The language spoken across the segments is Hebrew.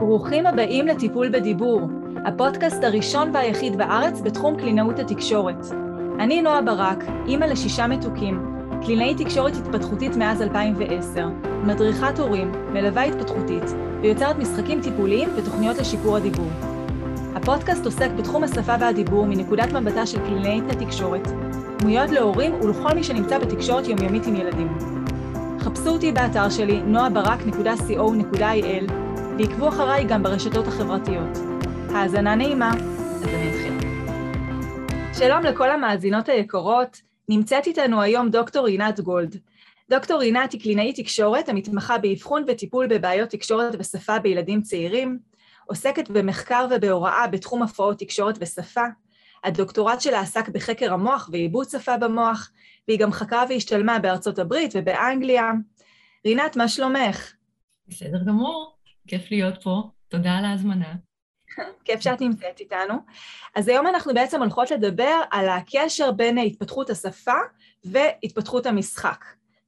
ברוכים הבאים לטיפול בדיבור, הפודקאסט הראשון והיחיד בארץ בתחום קלינאות התקשורת. אני נועה ברק, אימא ל6 מתוקים, קלינאית תקשורת התפתחותית מאז 2010, מדריכת הורים, מלווה התפתחותית, ויוצרת משחקים טיפוליים ותוכניות לשיפור הדיבור. הפודקאסט עוסק בתחום השפה והדיבור מנקודת מבטה של קלינאית התקשורת, דמויות להורים ולכל מי שנמצא בתקשורת יומיומית עם ילדים. חפשו אותי באתר שלי noabarak.co.il ועקבו אחריי גם ברשתות החברתיות. האזנה נעימה, אז אני אתחיל. שלום לכל המאזינות היקרות, נמצאת איתנו היום דוקטור רינת גולד. דוקטור רינת היא קלינאית תקשורת המתמחה באבחון וטיפול בבעיות תקשורת ושפה בילדים צעירים, עוסקת במחקר ובהוראה בתחום הפרעות תקשורת ושפה. הדוקטורט שלה עסק בחקר המוח ועיבוד שפה במוח, והיא גם חקרה והשתלמה בארצות הברית ובאנגליה. רינת, מה שלומך? בסדר גמור, כיף להיות פה, תודה על ההזמנה. כיף שאת נמצאת איתנו. אז היום אנחנו בעצם הולכות לדבר על הקשר בין התפתחות השפה והתפתחות המשחק.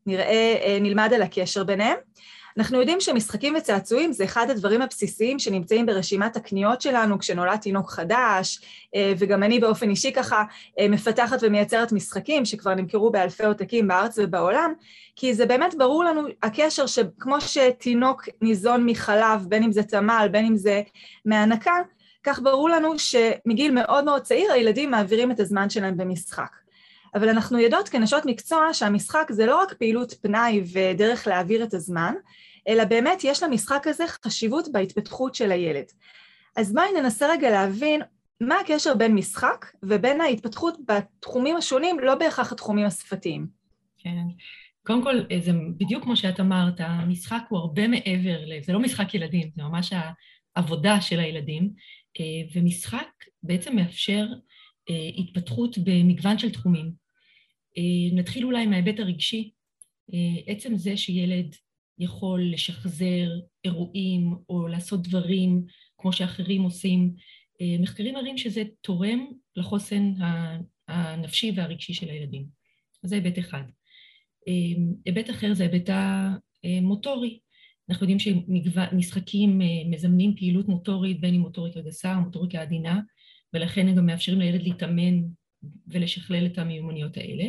נלמד על הקשר ביניהם. אנחנו יודעים שמשחקים וצעצועים זה אחד הדברים הבסיסיים שנמצאים ברשימת הקניות שלנו כשנולד תינוק חדש, וגם אני באופן אישי ככה מפתחת ומייצרת משחקים שכבר נמכרו באלפי עותקים בארץ ובעולם, כי זה באמת ברור לנו הקשר שכמו שתינוק ניזון מחלב, בין אם זה תמל, בין אם זה מהנקה, כך ברור לנו שמגיל מאוד מאוד צעיר הילדים מעבירים את הזמן שלהם במשחק. אבל אנחנו יודעות כנשות מקצוע שהמשחק זה לא רק פעילות פנאי ודרך להעביר את הזמן, אלא באמת יש למשחק הזה חשיבות בהתפתחות של הילד. אז בואי ננסה רגע להבין מה הקשר בין משחק ובין ההתפתחות בתחומים השונים, לא בהכרח התחומים השפתיים. כן, קודם כל זה בדיוק כמו שאת אמרת, המשחק הוא הרבה מעבר, זה לא משחק ילדים, זה ממש העבודה של הילדים, ומשחק בעצם מאפשר התפתחות במגוון של תחומים. נתחיל אולי מההיבט הרגשי, עצם זה שילד יכול לשחזר אירועים או לעשות דברים כמו שאחרים עושים, מחקרים מראים שזה תורם לחוסן הנפשי והרגשי של הילדים. אז זה היבט אחד. היבט אחר זה היבט המוטורי. אנחנו יודעים שמשחקים מזמנים פעילות מוטורית, בין אם מוטוריקה גסה או מוטוריקה עדינה, ולכן הם גם מאפשרים לילד להתאמן ולשכלל את המיומנויות האלה.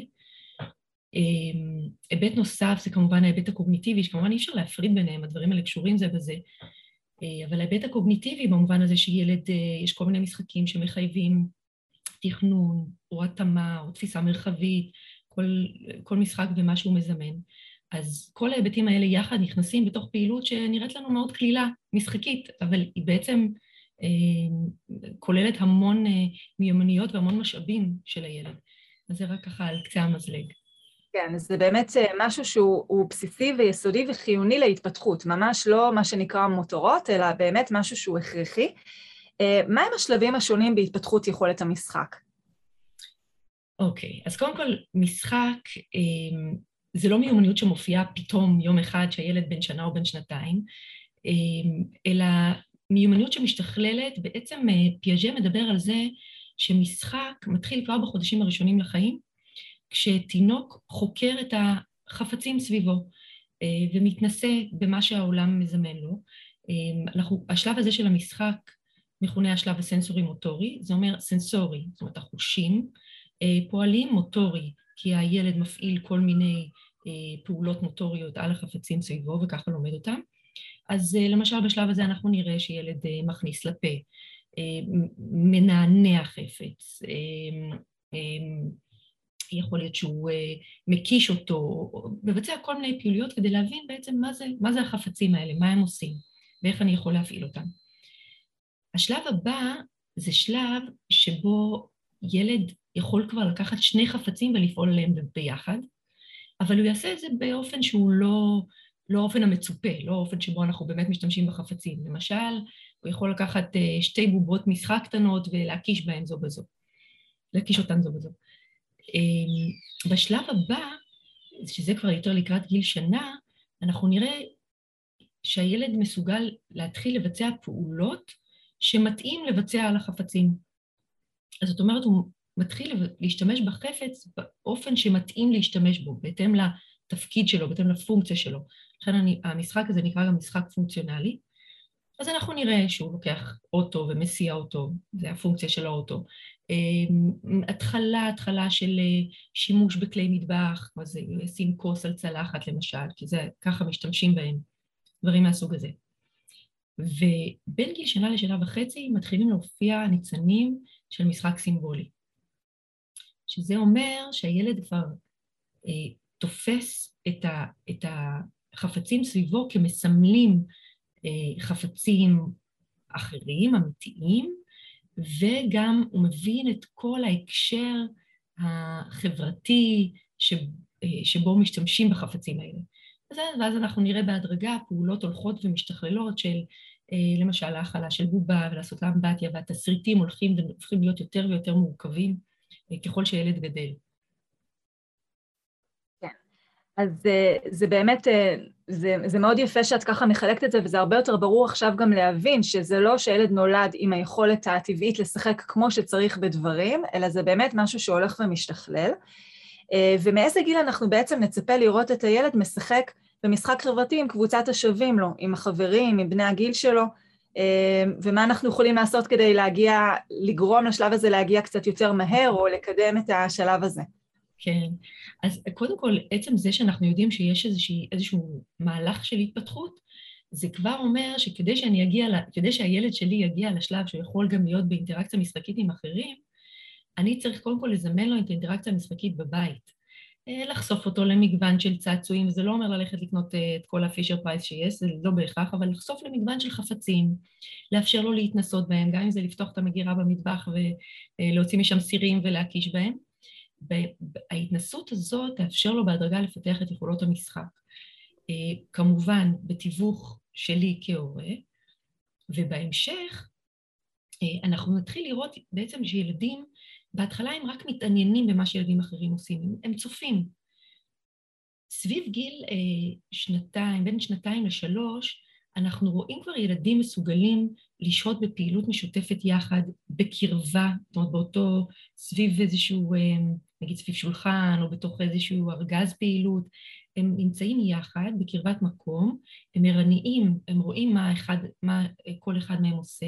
היבט נוסף זה כמובן ההיבט הקוגניטיבי, שכמובן אי אפשר להפריד ביניהם, הדברים האלה קשורים זה בזה, אבל ההיבט הקוגניטיבי במובן הזה שילד, יש כל מיני משחקים שמחייבים תכנון או התאמה או תפיסה מרחבית, כל משחק ומה שהוא מזמן. אז כל ההיבטים האלה יחד נכנסים בתוך פעילות שנראית לנו מאוד כלילה, משחקית, אבל היא בעצם כוללת המון מיומנויות והמון משאבים של הילד. אז זה רק ככה על קצה המזלג. כן, זה באמת משהו שהוא בסיסי ויסודי וחיוני להתפתחות, ממש לא מה שנקרא מוטורות, אלא באמת משהו שהוא הכרחי. מה הם השלבים השונים בהתפתחות יכולת המשחק? אוקיי, אז קודם כל, משחק זה לא מיומנות שמופיעה פתאום יום אחד שהילד בן שנה או בן שנתיים, אלא מיומנות שמשתכללת, בעצם פיאז'ה מדבר על זה שמשחק מתחיל כבר בחודשים הראשונים לחיים, כשתינוק חוקר את החפצים סביבו ומתנסה במה שהעולם מזמן לו. השלב הזה של המשחק מכונה השלב הסנסורי-מוטורי, זה אומר סנסורי, זאת אומרת החושים, פועלים מוטורי, כי הילד מפעיל כל מיני פעולות מוטוריות על החפצים סביבו וככה לומד אותם. אז למשל בשלב הזה אנחנו נראה שילד מכניס לפה, מנענע חפץ, יכול להיות שהוא מקיש אותו, מבצע כל מיני פעילויות כדי להבין בעצם מה זה החפצים האלה, מה הם עושים, ואיך אני יכול להפעיל אותם. השלב הבא זה שלב שבו ילד יכול כבר לקחת 2 חפצים ולפעול עליהם ביחד, אבל הוא יעשה את זה באופן שהוא לא אופן המצופה, לא אופן שבו אנחנו באמת משתמשים בחפצים. למשל, הוא יכול לקחת 2 בובות משחק קטנות ולהקיש בהן זו בזו, להקיש אותן זו בזו. בשלב הבא, שזה כבר יותר לקראת גיל שנה, אנחנו נראה שהילד מסוגל להתחיל לבצע פעולות שמתאים לבצע על החפצים. אז זאת אומרת, הוא מתחיל להשתמש בחפץ באופן שמתאים להשתמש בו, בהתאם לתפקיד שלו, בהתאם לפונקציה שלו. לכן המשחק הזה נקרא גם משחק פונקציונלי, אז אנחנו נראה שהוא לוקח אוטו ומסיע אותו, זה הפונקציה של האוטו. התחלה של שימוש בכלי מטבח, אז ישים כוס על צלחת למשל, כי זה ככה משתמשים בהם, דברים מהסוג הזה. ובין גיל שנה לשנה וחצי מתחילים להופיע ניצנים של משחק סימבולי. שזה אומר שהילד כבר תופס את החפצים סביבו כמסמלים חפצים אחרים, אמיתיים, וגם הוא מבין את כל ההקשר החברתי שבו משתמשים בחפצים האלה. ואז אנחנו נראה בהדרגה פעולות הולכות ומשתכללות של למשל ההכלה של בובה ולעשות לה אמבטיה, והתסריטים הולכים להיות יותר ויותר מורכבים ככל שילד גדל. כן, אז זה באמת, זה מאוד יפה שאת ככה מחלקת את זה, וזה הרבה יותר ברור עכשיו גם להבין שזה לא שילד נולד עם היכולת הטבעית לשחק כמו שצריך בדברים, אלא זה באמת משהו שהולך ומשתכלל. ומאיזה גיל אנחנו בעצם נצפה לראות את הילד משחק במשחק חברתי עם קבוצת השווים לו, עם החברים, עם בני הגיל שלו, ומה אנחנו יכולים לעשות כדי לגרום לשלב הזה להגיע קצת יותר מהר, או לקדם את השלב הזה. כן, אז קודם כל, עצם זה שאנחנו יודעים שיש איזשהו מהלך של התפתחות, זה כבר אומר כדי שהילד שלי יגיע לשלב שהוא יכול גם להיות באינטראקציה משחקית עם אחרים, אני צריך קודם כל לזמן לו את האינטראקציה המשחקית בבית. לחשוף אותו למגוון של צעצועים, וזה לא אומר ללכת לקנות את כל הפישר פרייס שיש, זה לא בהכרח, אבל לחשוף למגוון של חפצים, לאפשר לו להתנסות בהם, גם אם זה לפתוח את המגירה במטבח ולהוציא משם סירים ולהקיש בהם. ההתנסות הזאת תאפשר לו בהדרגה לפתח את יכולות המשחק. כמובן, בתיווך שלי כהורה, ובהמשך, אנחנו נתחיל לראות בעצם שילדים, בהתחלה הם רק מתעניינים במה שילדים אחרים עושים, הם צופים. סביב גיל בין 2 ל3, אנחנו רואים כבר ילדים מסוגלים לשהות בפעילות משותפת יחד, בקרבה, זאת אומרת סביב איזשהו, נגיד סביב שולחן, או בתוך איזשהו ארגז פעילות, הם נמצאים יחד בקרבת מקום, הם ערניים, הם רואים מה כל אחד מהם עושה,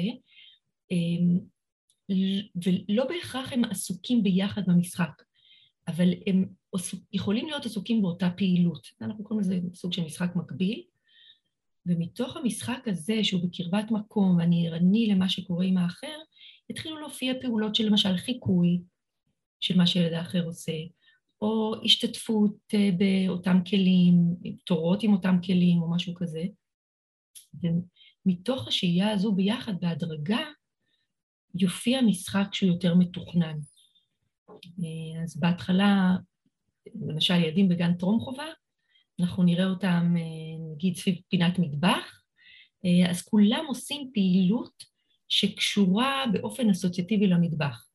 ולא בהכרח הם עסוקים ביחד במשחק, אבל הם יכולים להיות עסוקים באותה פעילות. אנחנו קוראים לזה סוג של משחק מקביל, ומתוך המשחק הזה, שהוא בקרבת מקום, אני ערני למה שקורה עם האחר, התחילו להופיע פעולות של למשל חיקוי, של מה שילד האחר עושה, או השתתפות באותם כלים, תורות עם אותם כלים, או משהו כזה. ומתוך השהייה הזו ביחד, בהדרגה, יופיע משחק שהוא יותר מתוכנן. אז בהתחלה, למשל ילדים בגן טרום חובה, אנחנו נראה אותם, נגיד, סביב פינת מטבח, אז כולם עושים פעילות שקשורה באופן אסוציאטיבי למטבח.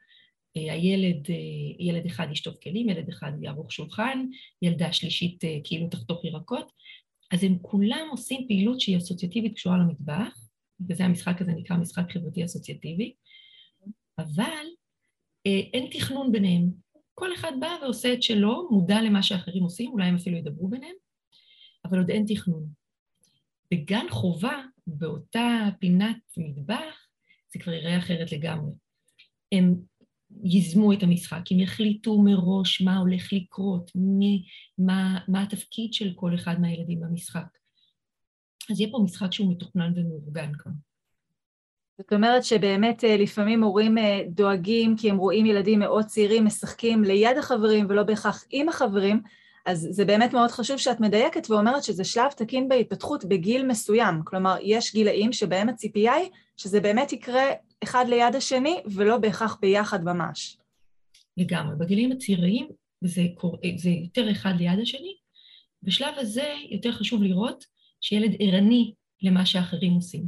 ילד אחד ישטוף כלים, ילד אחד יערוך שולחן, ילדה שלישית כאילו תחתוך ירקות, אז הם כולם עושים פעילות שהיא אסוציאטיבית קשורה למטבח, וזה המשחק הזה נקרא משחק חברתי אסוציאטיבי, אבל אין תכנון ביניהם. כל אחד בא ועושה את שלו, מודע למה שאחרים עושים, אולי הם אפילו ידברו ביניהם, אבל עוד אין תכנון. בגן חובה, באותה פינת מטבח, זה כבר יראה אחרת לגמרי. הם יזמו את המשחק, הם יחליטו מראש מה הולך לקרות, מה התפקיד של כל אחד מהילדים במשחק. אז יהיה פה משחק שהוא מתוכנן ומאורגן כאן. זאת אומרת שבאמת לפעמים הורים דואגים, כי הם רואים ילדים מאוד צעירים משחקים ליד החברים ולא בהכרח עם החברים, אז זה באמת מאוד חשוב שאת מדייקת ואומרת שזה שלב תקין בהתפתחות בגיל מסוים. כלומר, יש גילאים שבהם הציפייה היא שזה באמת יקרה אחד ליד השני ולא בהכרח ביחד ממש. לגמרי. בגילים הצעירים זה יותר אחד ליד השני. בשלב הזה יותר חשוב לראות שילד ערני למה שאחרים עושים.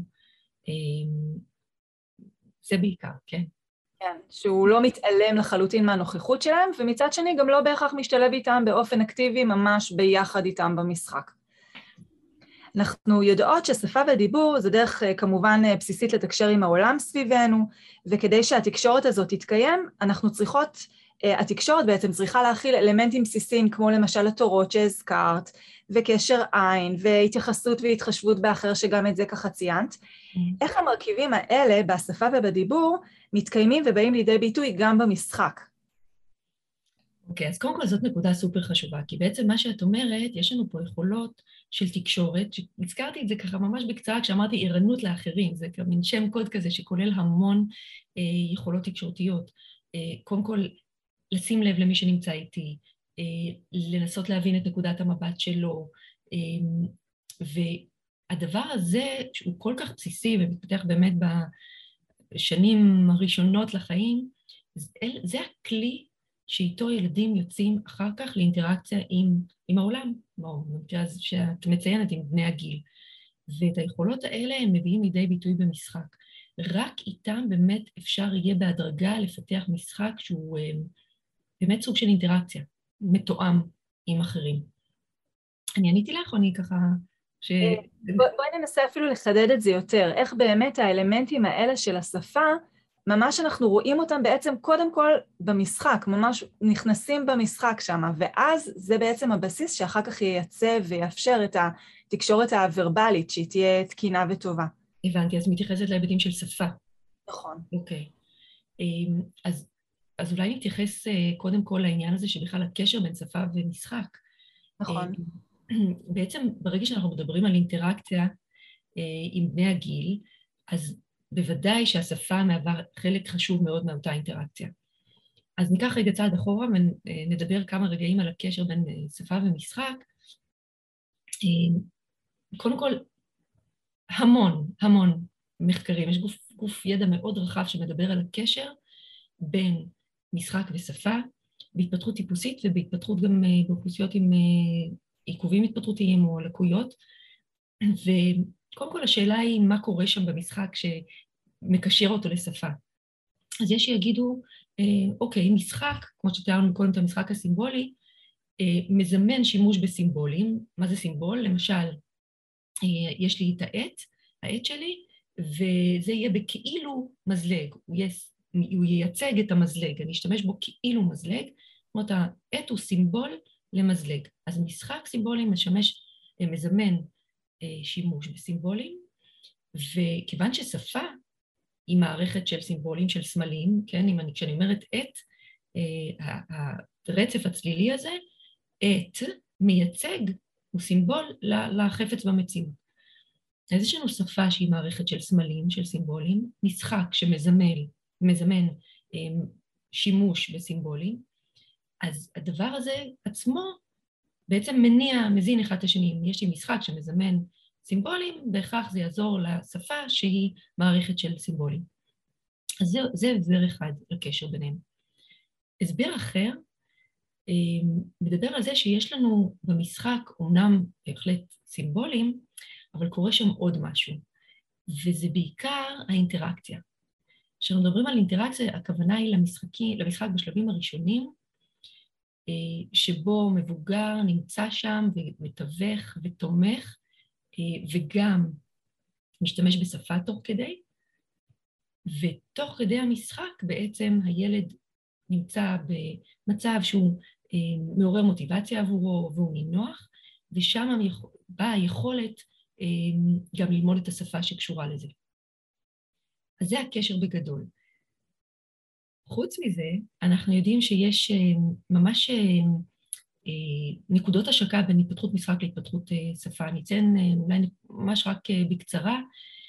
זה בעיקר, כן. כן, שהוא לא מתעלם לחלוטין מהנוכחות שלהם, ומצד שני גם לא בהכרח משתלב איתם באופן אקטיבי, ממש ביחד איתם במשחק. אנחנו יודעות ששפה ודיבור זה דרך כמובן בסיסית לתקשר עם העולם סביבנו, וכדי שהתקשורת הזאת תתקיים, אנחנו צריכות התקשורת בעצם צריכה להכיל אלמנטים בסיסיים, כמו למשל התורות שהזכרת, וקשר עין, והתייחסות והתחשבות באחר, שגם את זה ככה ציינת. איך המרכיבים האלה, בשפה ובדיבור, מתקיימים ובאים לידי ביטוי גם במשחק? אוקיי, אז קודם כל זאת נקודה סופר חשובה, כי בעצם מה שאת אומרת, יש לנו פה יכולות של תקשורת, שהזכרתי את זה ככה ממש בקצרה, כשאמרתי ערנות לאחרים, זה כמין שם קוד כזה שכולל המון יכולות תקשורתיות. קודם כל, לשים לב למי שנמצא איתי, לנסות להבין את נקודת המבט שלו, והדבר הזה, שהוא כל כך בסיסי ומתפתח באמת בשנים הראשונות לחיים, זה הכלי שאיתו ילדים יוצאים אחר כך לאינטראקציה עם העולם, במקרה הזה שאת מציינת עם בני הגיל. ואת היכולות האלה הם מביאים לידי ביטוי במשחק. רק איתם באמת אפשר יהיה בהדרגה לפתח משחק שהוא באמת סוג של אינטראקציה, מתואם עם אחרים. אני עניתי לך או אני ככה בואי ננסה אפילו לחדד את זה יותר, איך באמת האלמנטים האלה של השפה, ממש אנחנו רואים אותם בעצם קודם כל במשחק, ממש נכנסים במשחק שם, ואז זה בעצם הבסיס שאחר כך ייצב ויאפשר את התקשורת הוורבלית, שהיא תהיה תקינה וטובה. הבנתי, אז מתייחסת להיבטים של שפה. נכון. אוקיי. אז אולי נתייחס קודם כל לעניין הזה שבכלל הקשר בין שפה ומשחק. נכון. בעצם ברגע שאנחנו מדברים על אינטראקציה עם בני הגיל, אז בוודאי שהשפה מהווה חלק חשוב מאוד מאותה אינטראקציה. אז ניקח רגע צעד אחורה ונדבר כמה רגעים על הקשר בין שפה ומשחק. קודם כל, המון מחקרים, יש גוף ידע מאוד רחב שמדבר על הקשר בין משחק ושפה, בהתפתחות טיפוסית ובהתפתחות גם באוכלוסיות עם עיכובים התפתחותיים או לקויות. וקודם כל השאלה היא מה קורה שם במשחק שמקשר אותו לשפה. אז יש שיגידו, אוקיי, משחק, כמו שתיארנו קודם את המשחק הסימבולי, מזמן שימוש בסימבולים. מה זה סימבול? למשל, יש לי את העט שלי, וזה יהיה בכאילו מזלג, הוא ייצג את המזלג, אני אשתמש בו כאילו מזלג, זאת אומרת, העט הוא סימבול למזלג. אז משחק סימבולים מזמן שימוש בסימבולים, וכיוון ששפה היא מערכת של סימבולים של סמלים, כן, כשאני אומרת עט, הרצף הצלילי הזה, עט מייצג, הוא סימבול לחפץ במציאות. אז יש לנו שפה שהיא מערכת של סמלים, של סימבולים, משחק שמזמן שימוש בסימבולים, אז הדבר הזה עצמו בעצם מזין אחד את השני. אם יש לי משחק שמזמן סימבולים, בהכרח זה יעזור לשפה שהיא מערכת של סימבולים. אז זה הסבר אחד לקשר ביניהם. הסבר אחר מדבר על זה שיש לנו במשחק אומנם בהחלט סימבולים, אבל קורה שם עוד משהו, וזה בעיקר האינטראקציה. כשאנחנו מדברים על אינטראקציה, הכוונה היא למשחק בשלבים הראשונים, שבו מבוגר נמצא שם ומתווך ותומך, וגם משתמש בשפה תוך כדי, ותוך כדי המשחק בעצם הילד נמצא במצב שהוא מעורר מוטיבציה עבורו והוא נינוח, ושם באה היכולת גם ללמוד את השפה שקשורה לזה. אז זה הקשר בגדול. חוץ מזה, אנחנו יודעים שיש ממש נקודות השקה בין התפתחות משחק להתפתחות שפה. אני אציין אולי ממש רק בקצרה,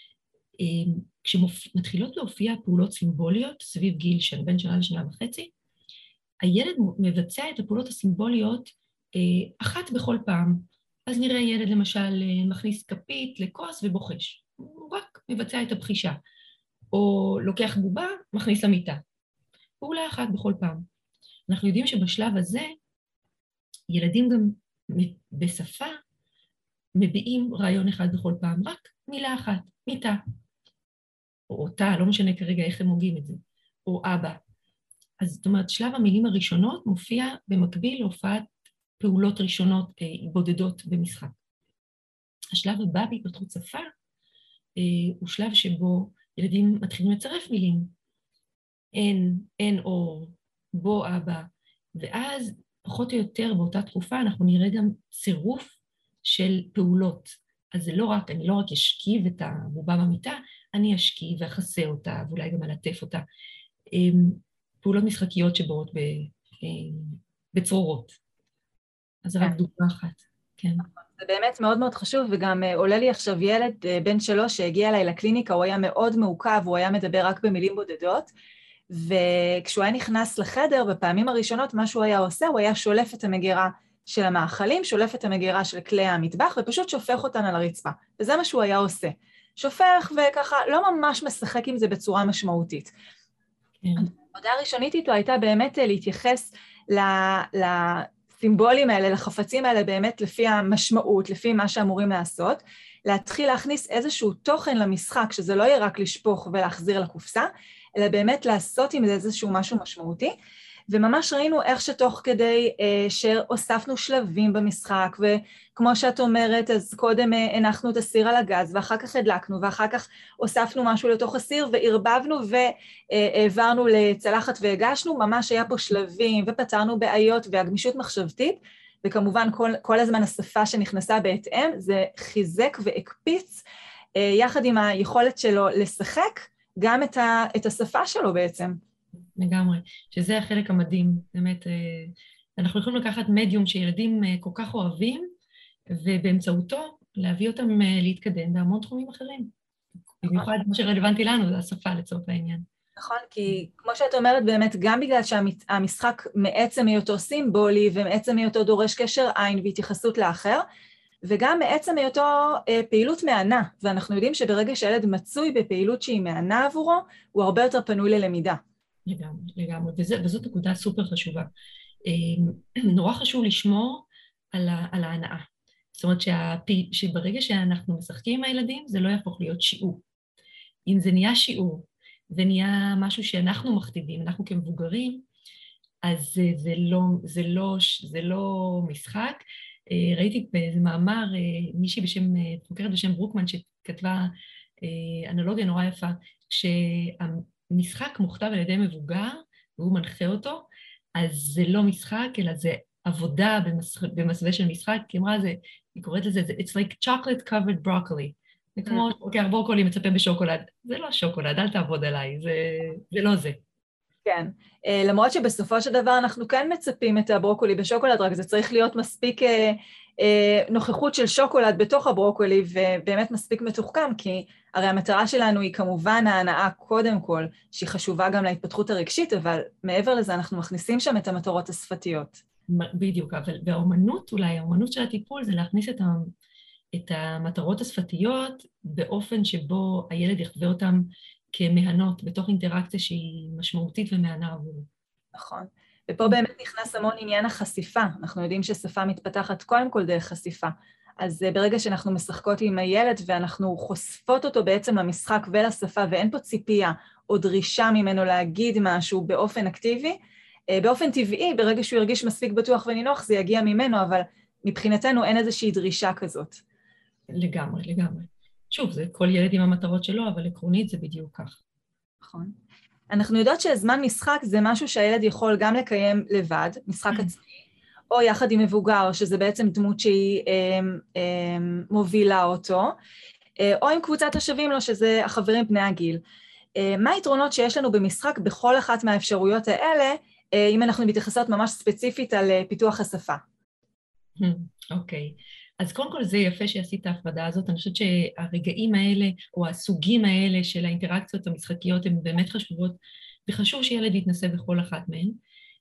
כשמתחילות להופיע פעולות סימבוליות סביב גיל של בין שנה לשנה וחצי, הילד מבצע את הפעולות הסימבוליות אחת בכל פעם. אז נראה ילד למשל מכניס כפית לכוס ובוחש. הוא רק מבצע את הבחישה. או לוקח בובה, מכניס למיטה. פעולה אחת בכל פעם. אנחנו יודעים שבשלב הזה, ילדים גם בשפה מביעים רעיון אחד בכל פעם, רק מילה אחת, מיטה. או אותה, לא משנה כרגע איך הם הוגים את זה. או אבא. אז זאת אומרת, שלב המילים הראשונות מופיע במקביל להופעת פעולות ראשונות בודדות במשחק. השלב הבא בהתפתחות שפה הוא שלב שבו ילדים מתחילים לצרף מילים. אין אור, בוא אבא. ואז, פחות או יותר באותה תקופה, אנחנו נראה גם צירוף של פעולות. אז זה לא רק, אני לא רק אשכיב את הבובה במיטה, אני אשכיב ואחסה אותה, ואולי גם אלטף אותה. פעולות משחקיות שבאות בצרורות. אז זה רק דוגמה אחת, כן. זה באמת מאוד מאוד חשוב, וגם עולה לי עכשיו ילד בן 3 שהגיע אליי לקליניקה, הוא היה מאוד מעוכב, הוא היה מדבר רק במילים בודדות, וכשהוא היה נכנס לחדר, בפעמים הראשונות, מה שהוא היה עושה, הוא היה שולף את המגירה של המאכלים, שולף את המגירה של כלי המטבח, ופשוט שופך אותן על הרצפה. וזה מה שהוא היה עושה. שופך וככה, לא ממש משחק עם זה בצורה משמעותית. העבודה הראשונית איתו הייתה באמת להתייחס לסימבולים האלה, לחפצים האלה באמת לפי המשמעות, לפי מה שאמורים לעשות, להתחיל להכניס איזשהו תוכן למשחק, שזה לא יהיה רק לשפוך ולהחזיר לקופסה, אלא באמת לעשות עם זה איזשהו משהו משמעותי, וממש ראינו איך שתוך כדי שהוספנו שלבים במשחק, וכמו שאת אומרת, אז קודם הנחנו את הסיר על הגז, ואחר כך הדלקנו, ואחר כך הוספנו משהו לתוך הסיר, וערבבנו והעברנו לצלחת והגשנו, ממש היה פה שלבים, ופתרנו בעיות, והגמישות מחשבתית, וכמובן כל הזמן השפה שנכנסה בהתאם, זה חיזק והקפיץ, יחד עם היכולת שלו לשחק, גם את השפה שלו בעצם. לגמרי, שזה החלק המדהים, באמת, אנחנו יכולים לקחת מדיום שילדים כל כך אוהבים, ובאמצעותו להביא אותם להתקדם בהמון תחומים אחרים. במיוחד מה שרלוונטי לנו, זה השפה לצורך העניין. נכון, כי כמו שאת אומרת באמת, גם בגלל שהמשחק מעצם היותו סימבולי, ומעצם היותו דורש קשר עין והתייחסות לאחר, וגם מעצם היותו פעילות מענה, ואנחנו יודעים שברגע שילד מצוי בפעילות שהיא מענה עבורו, הוא הרבה יותר פנוי ללמידה. לגמרי, לגמרי, וזאת נקודה סופר חשובה. נורא חשוב לשמור על ההנאה. זאת אומרת שברגע שאנחנו משחקים עם הילדים, זה לא יהפוך להיות שיעור. אם זה נהיה שיעור, ונהיה משהו שאנחנו מכתיבים, אנחנו כמבוגרים, אז זה לא משחק. ראיתי באיזה מאמר, מישהי חוקרת בשם ברוקמן, שכתבה אנלוגיה נורא יפה, כשהמשחק מוכתב על ידי מבוגר, והוא מנחה אותו, אז זה לא משחק, אלא זה עבודה במסווה של משחק, כי אמרה, היא קוראת לזה, it's like chocolate covered broccoli. זה כמו, אוקיי, ברוקולי מצפה בשוקולד. זה לא שוקולד, אל תעבוד עליי, זה לא זה. כן, למרות שבסופו של דבר אנחנו כן מצפים את הברוקולי בשוקולד, רק זה צריך להיות מספיק נוכחות של שוקולד בתוך הברוקולי, ובאמת מספיק מתוחכם, כי הרי המטרה שלנו היא כמובן ההנאה קודם כל, שהיא חשובה גם להתפתחות הרגשית, אבל מעבר לזה אנחנו מכניסים שם את המטרות השפתיות. בדיוק, אבל באומנות אולי, האומנות של הטיפול זה להכניס את המטרות השפתיות באופן שבו הילד יחווה אותם כמהנות בתוך אינטראקציה שהיא משמעותית ומהנה עבורו. נכון. ופה באמת נכנס המון עניין החשיפה. אנחנו יודעים ששפה מתפתחת קודם כל דרך חשיפה. אז ברגע שאנחנו משחקות עם הילד ואנחנו חושפות אותו בעצם למשחק ולשפה, ואין פה ציפייה או דרישה ממנו להגיד משהו באופן אקטיבי, באופן טבעי, ברגע שהוא ירגיש מספיק בטוח ונינוח, זה יגיע ממנו, אבל מבחינתנו אין איזושהי דרישה כזאת. לגמרי, לגמרי. שוב, זה כל ילד עם המטרות שלו, אבל עקרונית זה בדיוק כך. נכון. אנחנו יודעות שזמן משחק זה משהו שהילד יכול גם לקיים לבד, משחק עצמי, או יחד עם מבוגר, שזה בעצם דמות שהיא מובילה אותו, או עם קבוצת השווים לו, שזה החברים בני הגיל. מה היתרונות שיש לנו במשחק בכל אחת מהאפשרויות האלה, אם אנחנו מתייחסות ממש ספציפית על פיתוח השפה? אוקיי. אז קודם כל זה יפה שעשית ההפרדה הזאת, אני חושבת שהרגעים האלה, או הסוגים האלה של האינטראקציות המשחקיות, הן באמת חשובות, וחשוב שילד יתנסה בכל אחת מהן.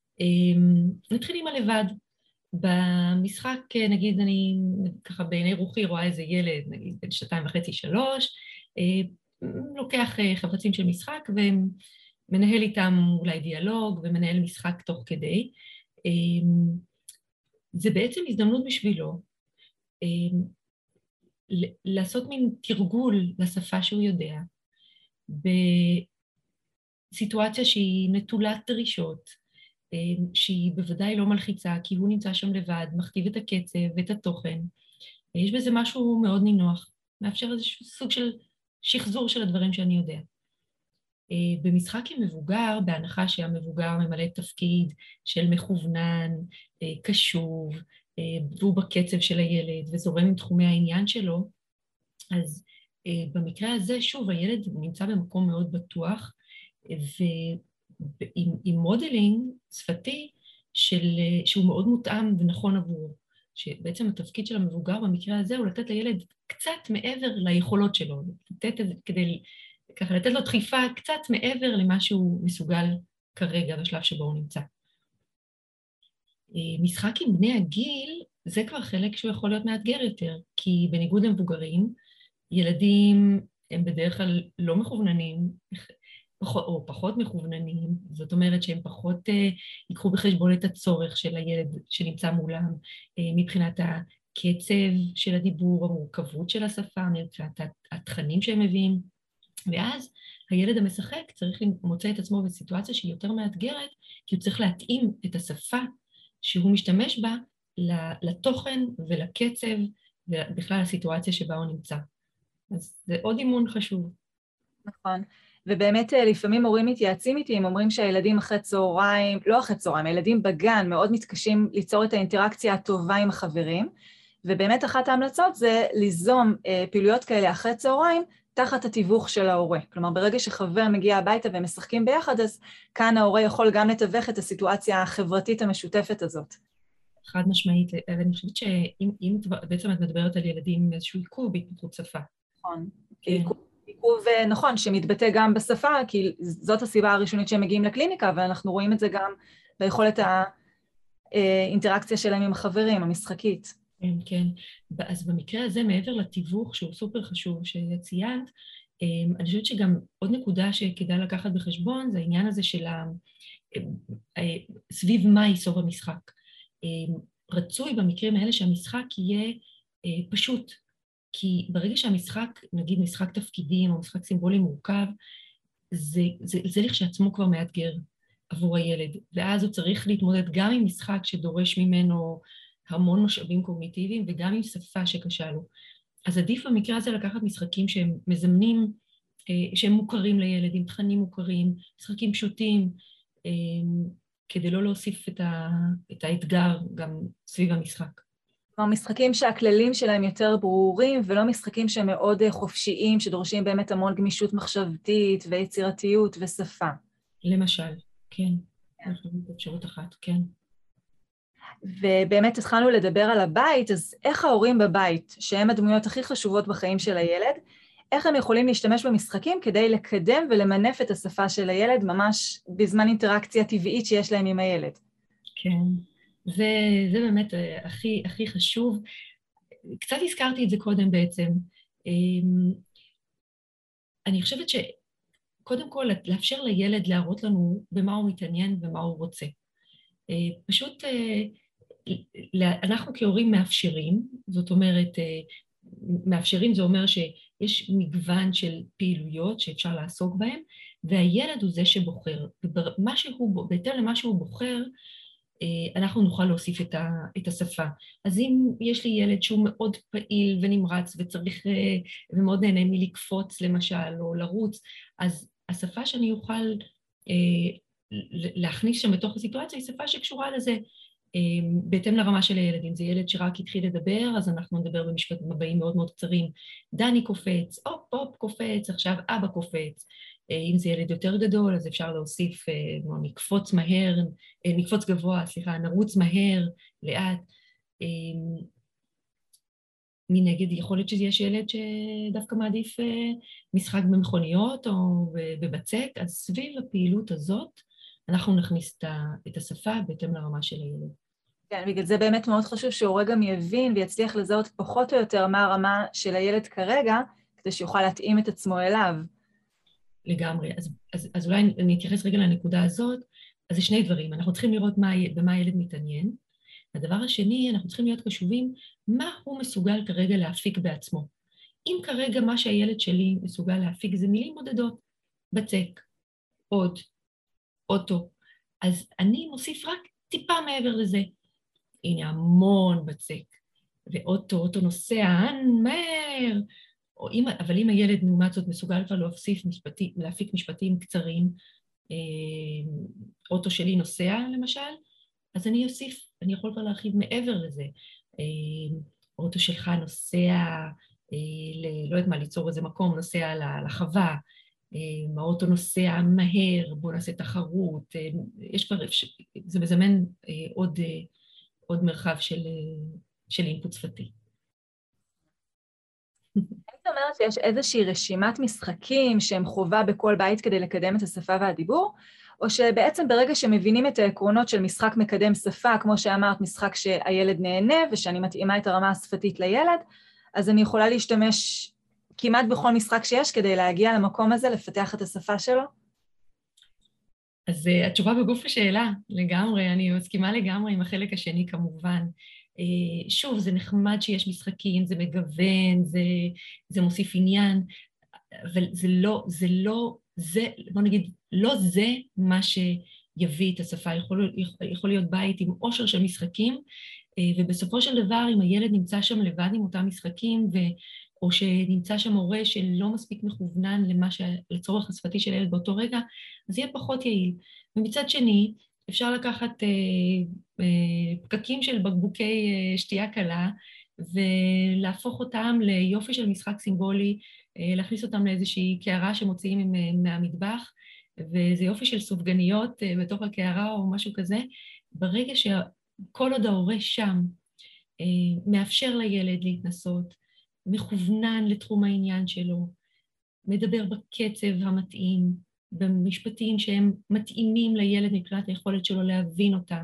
נתחיל עם הלבד. במשחק, נגיד, אני ככה בעיני רוחי רואה איזה ילד, נגיד בין 2.5-3, לוקח חפצים של משחק, ומנהל איתם אולי דיאלוג, ומנהל משחק תוך כדי. זה בעצם הזדמנות בשבילו, לעשות מין תרגול לשפה שהוא יודע, בסיטואציה שהיא נטולת דרישות, שהיא בוודאי לא מלחיצה, כי הוא נמצא שם לבד, מכתיב את הקצב ואת התוכן. יש בזה משהו מאוד נינוח, מאפשר איזשהו סוג של שחזור של הדברים שאני יודע. במשחק עם מבוגר, בהנחה שהמבוגר ממלא תפקיד של מכוונן, קשוב, והוא בקצב של הילד וזורם עם תחומי העניין שלו, אז במקרה הזה, שוב, הילד נמצא במקום מאוד בטוח, ועם מודלינג שפתי שהוא מאוד מותאם ונכון עבורו. שבעצם התפקיד של המבוגר במקרה הזה הוא לתת לילד קצת מעבר ליכולות שלו, כדי ככה לתת לו דחיפה קצת מעבר למה שהוא מסוגל כרגע בשלב שבו הוא נמצא. משחק עם בני הגיל, זה כבר חלק שהוא יכול להיות מאתגר יותר, כי בניגוד למבוגרים, ילדים הם בדרך כלל לא מכווננים, או פחות מכווננים, זאת אומרת שהם פחות ייקחו בחשבון את הצורך של הילד שנמצא מולם, מבחינת הקצב של הדיבור, המורכבות של השפה, מבחינת התכנים שהם מביאים, ואז הילד המשחק צריך למוצא את עצמו בסיטואציה שהיא יותר מאתגרת, כי הוא צריך להתאים את השפה שהוא משתמש בה לתוכן ולקצב, ובכלל הסיטואציה שבה הוא נמצא. אז זה עוד אימון חשוב. נכון. ובאמת לפעמים הורים מתייעצים איתי, הם אומרים שהילדים אחרי צהריים, לא אחרי צהריים, הילדים בגן מאוד מתקשים ליצור את האינטראקציה הטובה עם החברים, ובאמת אחת ההמלצות זה ליזום פעילויות כאלה אחרי צהריים, תחת התיווך של ההורה. כלומר, ברגע שחבר מגיע הביתה והם משחקים ביחד, אז כאן ההורה יכול גם לתווך את הסיטואציה החברתית המשותפת הזאת. חד משמעית, ואני חושבת שאם בעצם את מדברת על ילדים עם איזשהו עיכוב בהתפתחות שפה. נכון. עיכוב נכון, שמתבטא גם בשפה, כי זאת הסיבה הראשונית שהם מגיעים לקליניקה, ואנחנו רואים את זה גם ביכולת האינטראקציה שלהם עם החברים, המשחקית. כן, כן. אז במקרה הזה, מעבר לתיווך, שהוא סופר חשוב שציינת, אני חושבת שגם עוד נקודה שכדאי לקחת בחשבון, זה העניין הזה של סביב מה ייסוב המשחק. רצוי במקרים האלה שהמשחק יהיה פשוט, כי ברגע שהמשחק, נגיד משחק תפקידים או משחק סימבולי מורכב, זה לכשעצמו כבר מאתגר עבור הילד, ואז הוא צריך להתמודד גם עם משחק שדורש ממנו המון משאבים קוגניטיביים, וגם עם שפה שקשה לו. אז עדיף במקרה הזה לקחת משחקים שהם מזמנים, שהם מוכרים לילד, עם תכנים מוכרים, משחקים פשוטים, כדי לא להוסיף את האתגר גם סביב המשחק. כלומר, משחקים שהכללים שלהם יותר ברורים, ולא משחקים שהם מאוד חופשיים, שדורשים באמת המון גמישות מחשבתית ויצירתיות ושפה. למשל, כן. אנחנו רואים את אפשרות אחת, כן. ובאמת התחלנו לדבר על הבית, אז איך ההורים בבית, שהם הדמויות הכי חשובות בחיים של הילד, איך הם יכולים להשתמש במשחקים כדי לקדם ולמנף את השפה של הילד, ממש בזמן אינטראקציה טבעית שיש להם עם הילד? כן, זה באמת הכי חשוב. קצת הזכרתי את זה קודם בעצם. אני חושבת שקודם כל לאפשר לילד להראות לנו במה הוא מתעניין ומה הוא רוצה. פשוט אנחנו כהורים מאפשרים, זאת אומרת, מאפשרים זה אומר שיש מגוון של פעילויות שאפשר לעסוק בהן, והילד הוא זה שבוחר. בהתאם למה שהוא בוחר, אנחנו נוכל להוסיף את השפה. אז אם יש לי ילד שהוא מאוד פעיל ונמרץ וצריך, ומאוד נהנה מלקפוץ למשל, או לרוץ, אז השפה שאני אוכל להכניס שם בתוך הסיטואציה היא שפה שקשורה לזה, בהתאם לרמה של הילדים. זה ילד שרק התחיל לדבר, אז אנחנו נדבר במשפטים הבאים מאוד מאוד קצרים. דני קופץ, הופ קופץ, עכשיו אבא קופץ. אם זה ילד יותר גדול, אז אפשר להוסיף, נקפוץ מהר, נקפוץ גבוה, סליחה, נרוץ מהר, לאט. מנגד, יכול להיות שיש ילד שדווקא מעדיף משחק במכוניות או בבצק, אז סביב הפעילות הזאת, אנחנו נכניס את השפה בהתאם לרמה של הילד. כן, בגלל זה באמת מאוד חשוב שההורה גם יבין ויצליח לזהות פחות או יותר מה הרמה של הילד כרגע, כדי שיוכל להתאים את עצמו אליו. לגמרי. אז אולי אני אתייחס רגע לנקודה הזאת. אז זה שני דברים. אנחנו צריכים לראות במה הילד מתעניין. הדבר השני, אנחנו צריכים להיות קשובים מה הוא מסוגל כרגע להפיק בעצמו. אם כרגע מה שהילד שלי מסוגל להפיק זה מילים בודדות, בצק, עוד, אוטו, אז אני מוסיף רק טיפה מעבר לזה. הנה המון בצק, ואוטו נוסע מהר, אבל אם הילד לעומת זאת מסוגל כבר להפיק משפטים קצרים, אוטו שלי נוסע למשל, אז אני אוסיף, אני יכול כבר להרחיב מעבר לזה. אוטו שלך נוסע, לא יודעת מה, ליצור איזה מקום, נוסע לחווה, האוטו נוסע מהר, בוא נעשה תחרות, יש כבר, זה מזמן עוד מרחב של אינפוט שפתי. זאת אומרת שיש איזושהי רשימת משחקים שהם חובה בכל בית כדי לקדם את השפה והדיבור, או שבעצם ברגע שמבינים את העקרונות של משחק מקדם שפה, כמו שאמרת, משחק שהילד נהנה ושאני מתאימה את הרמה השפתית לילד, אז אני יכולה להשתמש כמעט בכל משחק שיש כדי להגיע למקום הזה, לפתח את השפה שלו? אז התשובה בגוף השאלה, לגמרי, אני מסכימה לגמרי עם החלק השני כמובן. שוב, זה נחמד שיש משחקים, זה מגוון, זה מוסיף עניין, אבל בוא נגיד, לא זה מה שיביא את השפה. יכול להיות בית עם עושר של משחקים, ובסופו של דבר, אם הילד נמצא שם לבד עם אותם משחקים, או שנמצא שם הורה שלא מספיק מכוונן לצורך השפתי של הילד באותו רגע, אז יהיה פחות יעיל. ומצד שני, אפשר לקחת פקקים של בקבוקי שתייה קלה, ולהפוך אותם ליופי של משחק סימבולי, להכניס אותם לאיזושהי קערה שמוציאים מהמטבח, וזה יופי של סופגניות בתוך הקערה או משהו כזה, ברגע שכל עוד ההורה שם מאפשר לילד להתנסות, מכוונן לתחום העניין שלו, מדבר בקצב המתאים, במשפטים שהם מתאימים לילד מבחינת היכולת שלו להבין אותם,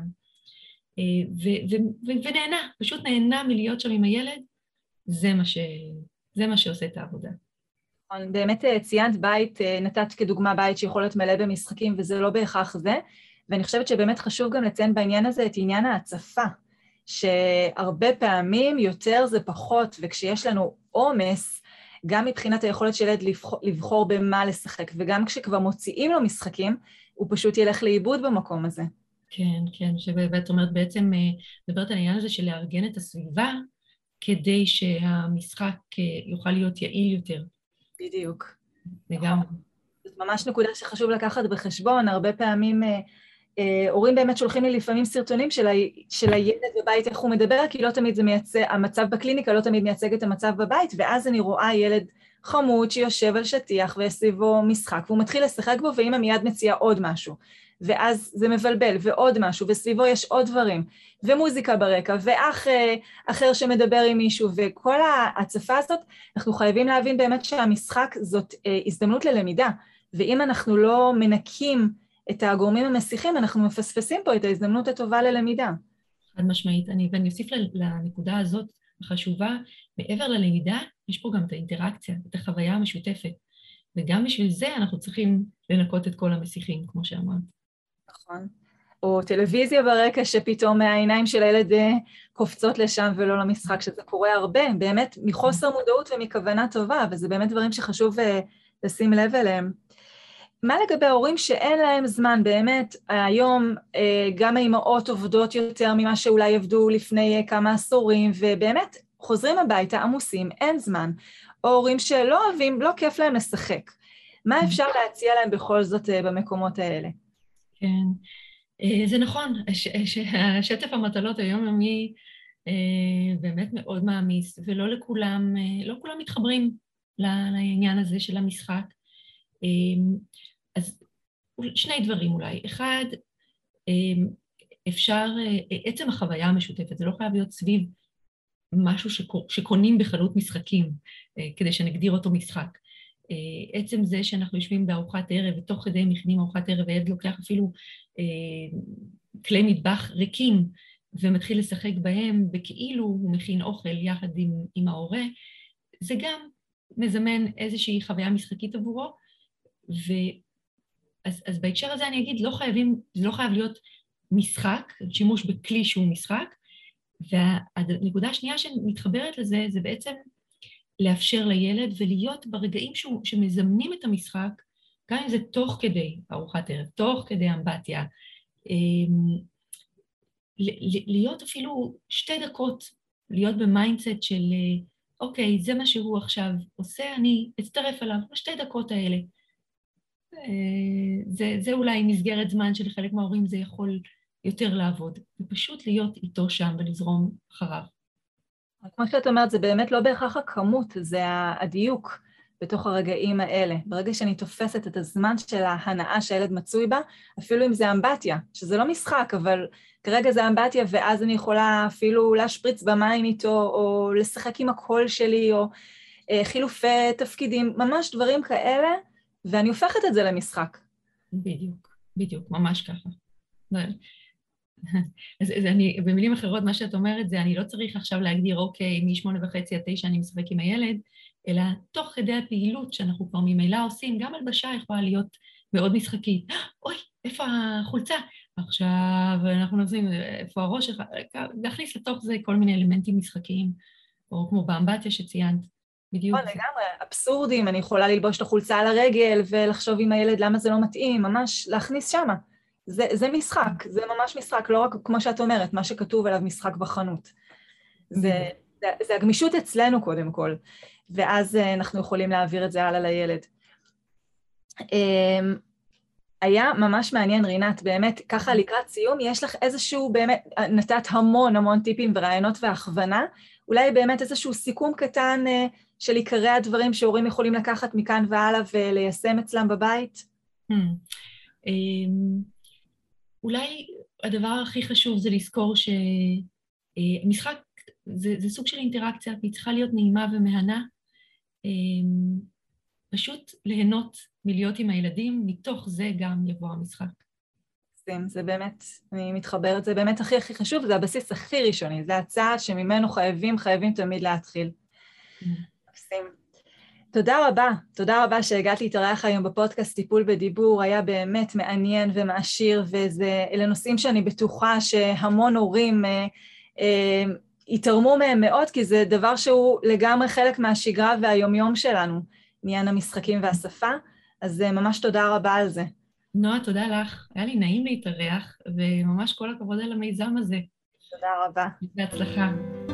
ונהנה, פשוט נהנה מלהיות שם עם הילד, זה מה שעושה את העבודה. באמת ציינת בית, נתת כדוגמה בית שיכול להיות מלא במשחקים, וזה לא בהכרח זה, ואני חושבת שבאמת חשוב גם לציין בעניין הזה את עניין ההצפה, שהרבה פעמים יותר זה פחות, וכשיש לנו עומס, גם מבחינת היכולת של ילד לבחור במה לשחק, וגם כשכבר מוציאים לו משחקים, הוא פשוט ילך לאיבוד במקום הזה. כן, כן, ואת אומרת בעצם, מדברת על העניין הזה של לארגן את הסביבה, כדי שהמשחק יוכל להיות יעיל יותר. בדיוק. לגמרי. זאת ממש נקודה שחשוב לקחת בחשבון, הרבה פעמים הורים באמת שולחים לי לפעמים סרטונים של הילד בבית, איך הוא מדבר, כי לא תמיד זה מייצג, המצב בקליניקה לא תמיד מייצג את המצב בבית, ואז אני רואה ילד חמוד שיושב על שטיח וסביבו משחק, והוא מתחיל לשחק בו, ואמא מיד מציעה עוד משהו, ואז זה מבלבל, ועוד משהו, וסביבו יש עוד דברים, ומוזיקה ברקע, ואח אחר שמדבר עם מישהו, וכל ההצפה הזאת, אנחנו חייבים להבין באמת שהמשחק זאת הזדמנות ללמידה, ואם אנחנו לא מנקים את הגורמים המסיחים, אנחנו מפספסים פה את ההזדמנות הטובה ללמידה. חד משמעית, ואני אוסיף לנקודה הזאת החשובה, מעבר ללמידה, יש פה גם את האינטראקציה, את החוויה המשותפת, וגם בשביל זה אנחנו צריכים לנקות את כל המסיחים, כמו שאמרת. נכון. או טלוויזיה ברקע שפתאום העיניים של הילד קופצות לשם ולא למשחק, שזה קורה הרבה, באמת מחוסר מודעות ומכוונה טובה, וזה באמת דברים שחשוב לשים לב אליהם. מה לגבי ההורים שאין להם זמן? באמת, היום גם האימהות עובדות יותר ממה שאולי עבדו לפני כמה עשורים, ובאמת חוזרים הביתה עמוסים, אין זמן. או הורים שלא אוהבים, לא כיף להם לשחק. מה אפשר להציע להם בכל זאת במקומות האלה? כן, זה נכון, שטף המטלות היומיומי באמת מאוד מעמיס, ולא לכולם, לא כולם מתחברים לעניין הזה של המשחק. אז שני דברים אולי. אחד, אפשר, עצם החוויה המשותפת, זה לא חייב להיות סביב משהו שקונים בחנות משחקים, כדי שנגדיר אותו משחק. עצם זה שאנחנו יושבים בארוחת ערב, ותוך כדי מכינים ארוחת ערב, והילד לוקח אפילו כלי מטבח ריקים, ומתחיל לשחק בהם, וכאילו הוא מכין אוכל יחד עם ההורה, זה גם מזמן איזושהי חוויה משחקית עבורו, אז בהקשר הזה אני אגיד, זה לא חייב להיות משחק, שימוש בכלי שהוא משחק, והנקודה השנייה שמתחברת לזה, זה בעצם לאפשר לילד ולהיות ברגעים שמזמנים את המשחק, גם אם זה תוך כדי ארוחת ערב, תוך כדי אמבטיה, להיות אפילו 2 דקות, להיות במיינדסט של אוקיי, זה מה שהוא עכשיו עושה, אני אצטרף אליו בשתי דקות האלה. זה אולי מסגרת זמן שלחלק מההורים זה יכול יותר לעבוד, ופשוט להיות איתו שם ולזרום אחריו. כמו שאת אומרת, זה באמת לא בהכרח הכמות, זה הדיוק בתוך הרגעים האלה. ברגע שאני תופסת את הזמן של ההנאה שהילד מצוי בה, אפילו אם זה אמבטיה, שזה לא משחק, אבל כרגע זה אמבטיה, ואז אני יכולה אפילו להשפריץ במים איתו, או לשחק עם הקול שלי, או חילופי תפקידים, ממש דברים כאלה, ואני הופכת את זה למשחק. בדיוק, ממש ככה. אז אני, במילים אחרות, מה שאת אומרת זה, אני לא צריך עכשיו להגדיר, אוקיי, מ8:30 עד 9 אני משחק עם הילד, אלא תוך כדי הפעילות שאנחנו כבר ממילא עושים, גם הלבשה יכולה להיות מאוד משחקית. אוי, איפה החולצה? עכשיו אנחנו נוסעים, איפה הראש שלך? להכניס לתוך זה כל מיני אלמנטים משחקיים, או כמו באמבטיה שציינת. בדיוק. לגמרי, אבסורדים, אני יכולה ללבוש את החולצה על הרגל ולחשוב עם הילד למה זה לא מתאים, ממש להכניס שמה. זה משחק, זה ממש משחק, לא רק כמו שאת אומרת, מה שכתוב עליו משחק בחנות. זה הגמישות אצלנו קודם כל, ואז אנחנו יכולים להעביר את זה הלאה לילד. היה ממש מעניין, רינת, באמת, ככה לקראת סיום, יש לך איזשהו, באמת, נתת המון טיפים ורעיונות והכוונה, אולי באמת איזשהו סיכום קטן של עיקרי הדברים שהורים יכולים לקחת מכאן והלאה וליישם אצלם בבית? אולי הדבר הכי חשוב זה לזכור שמשחק זה סוג של אינטראקציה, היא צריכה להיות נעימה ומהנה, פשוט ליהנות מלהיות עם הילדים, מתוך זה גם יבוא המשחק. זה באמת, אני מתחברת, זה באמת הכי חשוב, זה הבסיס הכי ראשוני, זה הצעד שממנו חייבים תמיד להתחיל. תודה רבה שהגעת להתארח היום בפודקאסט טיפול בדיבור, היה באמת מעניין ומעשיר, ואלה נושאים שאני בטוחה שהמון הורים יתרמו מהם מאוד, כי זה דבר שהוא לגמרי חלק מהשגרה והיומיום שלנו, עניין המשחקים והשפה, אז ממש תודה רבה על זה. נועה, תודה לך, היה לי נעים להתארח, וממש כל הכבוד על המיזם הזה. תודה רבה. בהצלחה.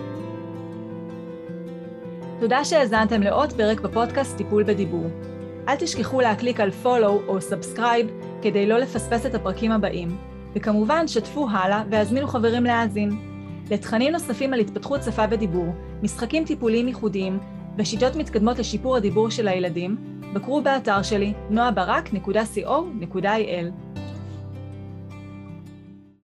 תודה שהאזנתם לעוד פרק בפודקאסט טיפול בדיבור. אל תשכחו להקליק על follow או subscribe כדי לא לפספס את הפרקים הבאים, וכמובן שתפו הלאה והזמינו חברים להאזין. לתכנים נוספים על התפתחות שפה ודיבור, משחקים טיפוליים ייחודיים ושיטות מתקדמות לשיפור הדיבור של הילדים, בקרו באתר שלי noabarak.co.il.